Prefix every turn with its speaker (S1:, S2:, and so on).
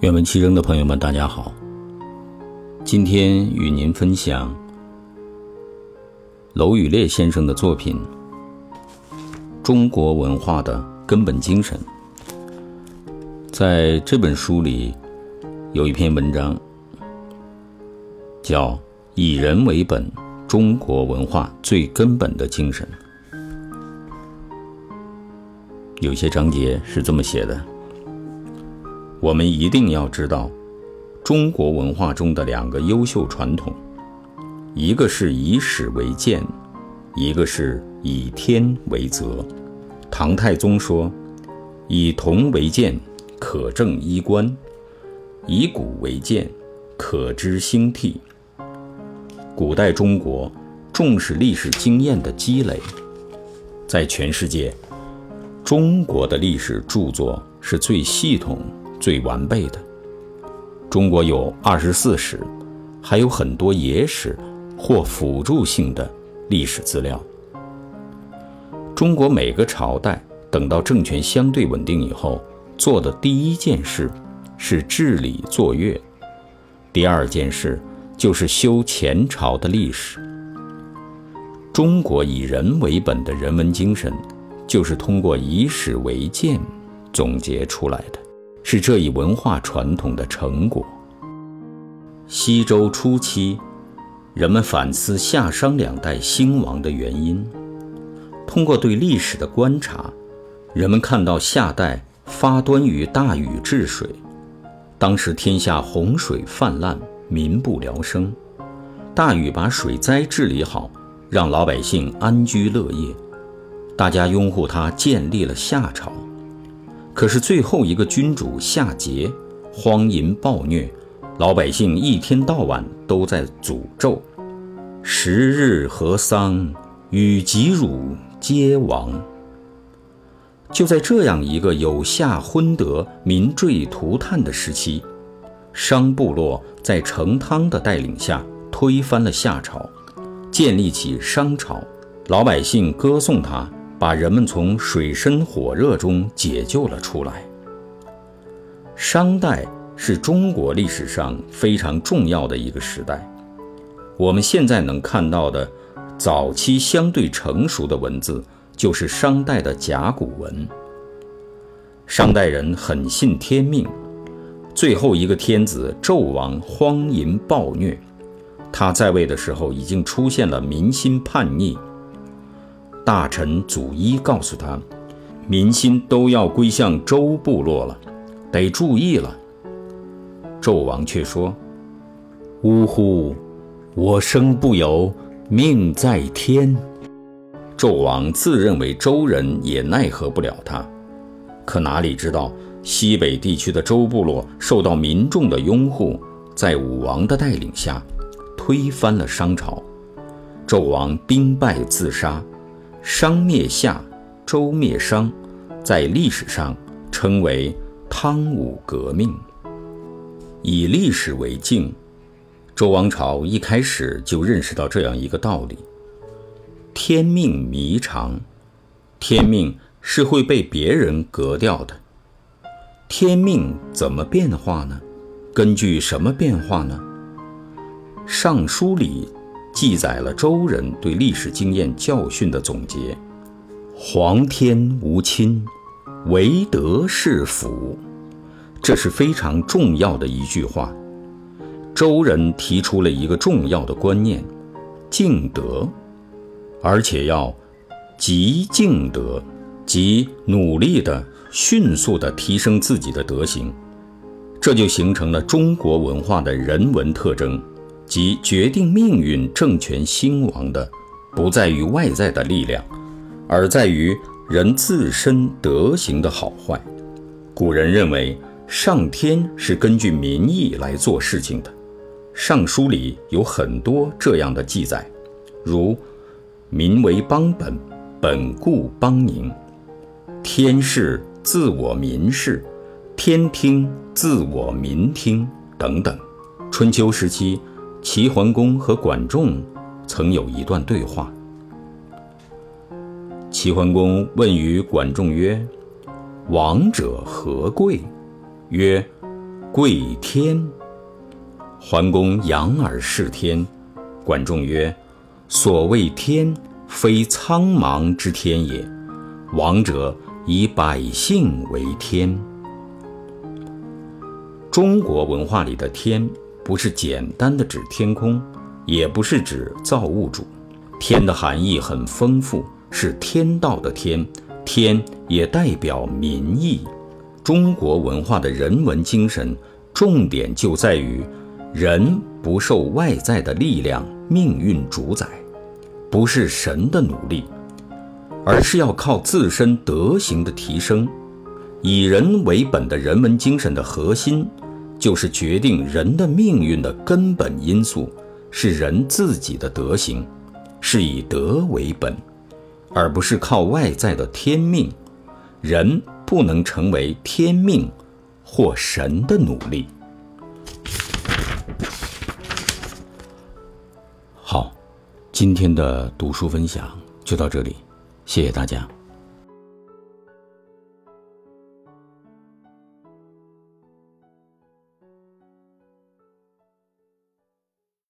S1: 愿闻其声的朋友们，大家好。今天与您分享娄宇烈先生的作品《中国文化的根本精神》。在这本书里有一篇文章叫《以人为本：中国文化最根本的精神》。有些章节是这么写的：我们一定要知道中国文化中的两个优秀传统，一个是以史为鉴，一个是以天为则。唐太宗说，以铜为鉴，可正衣冠；以古为鉴，可知兴替。古代中国重视历史经验的积累，在全世界，中国的历史著作是最系统、最完备的。中国有24史，还有很多野史或辅助性的历史资料。中国每个朝代等到政权相对稳定以后，做的第一件事是治理作乐，第二件事就是修前朝的历史。中国以人为本的人文精神，就是通过以史为鉴总结出来的，是这一文化传统的成果。西周初期，人们反思夏商两代兴亡的原因。通过对历史的观察，人们看到夏代发端于大禹治水，当时天下洪水泛滥，民不聊生。大禹把水灾治理好，让老百姓安居乐业，大家拥护他，建立了夏朝。可是最后一个君主夏桀荒淫暴虐，老百姓一天到晚都在诅咒：十日河桑，禹及汝皆亡。就在这样一个有夏昏得、民坠涂炭的时期，商部落在成汤的带领下推翻了夏朝，建立起商朝。老百姓歌颂他，把人们从水深火热中解救了出来。商代是中国历史上非常重要的一个时代。我们现在能看到的早期相对成熟的文字，就是商代的甲骨文。商代人很信天命，最后一个天子纣王荒淫暴虐，他在位的时候已经出现了民心叛逆。大臣祖伊告诉他，民心都要归向周部落了，得注意了。纣王却说：呜呼，我生不由，命在天。纣王自认为周人也奈何不了他，可哪里知道西北地区的周部落受到民众的拥护，在武王的带领下推翻了商朝。纣王兵败自杀，商灭夏，周灭商，在历史上称为汤武革命。以历史为镜，周王朝一开始就认识到这样一个道理：天命弥长，天命是会被别人革掉的。天命怎么变化呢？根据什么变化呢？尚书里记载了周人对历史经验教训的总结：皇天无亲，唯德是辅。这是非常重要的一句话。周人提出了一个重要的观念：敬德，而且要极敬德，即努力的、迅速的提升自己的德行。这就形成了中国文化的人文特征，即决定命运、政权兴亡的不在于外在的力量，而在于人自身德行的好坏。古人认为上天是根据民意来做事情的，尚书里有很多这样的记载，如民为邦本，本固邦宁；天事自我民事，天听自我民听等等。春秋时期，齐桓公和管仲曾有一段对话。齐桓公问于管仲曰：王者何贵？曰： 贵天。桓公仰而视天，管仲曰：所谓天，非苍茫之天也，王者以百姓为天。中国文化里的天，不是简单的指天空，也不是指造物主，天的含义很丰富，是天道的天，天也代表民意。中国文化的人文精神，重点就在于人不受外在的力量、命运主宰，不是神的努力，而是要靠自身德行的提升。以人为本的人文精神的核心，就是决定人的命运的根本因素，是人自己的德行，是以德为本，而不是靠外在的天命。人不能成为天命或神的努力。好，今天的读书分享就到这里，谢谢大家。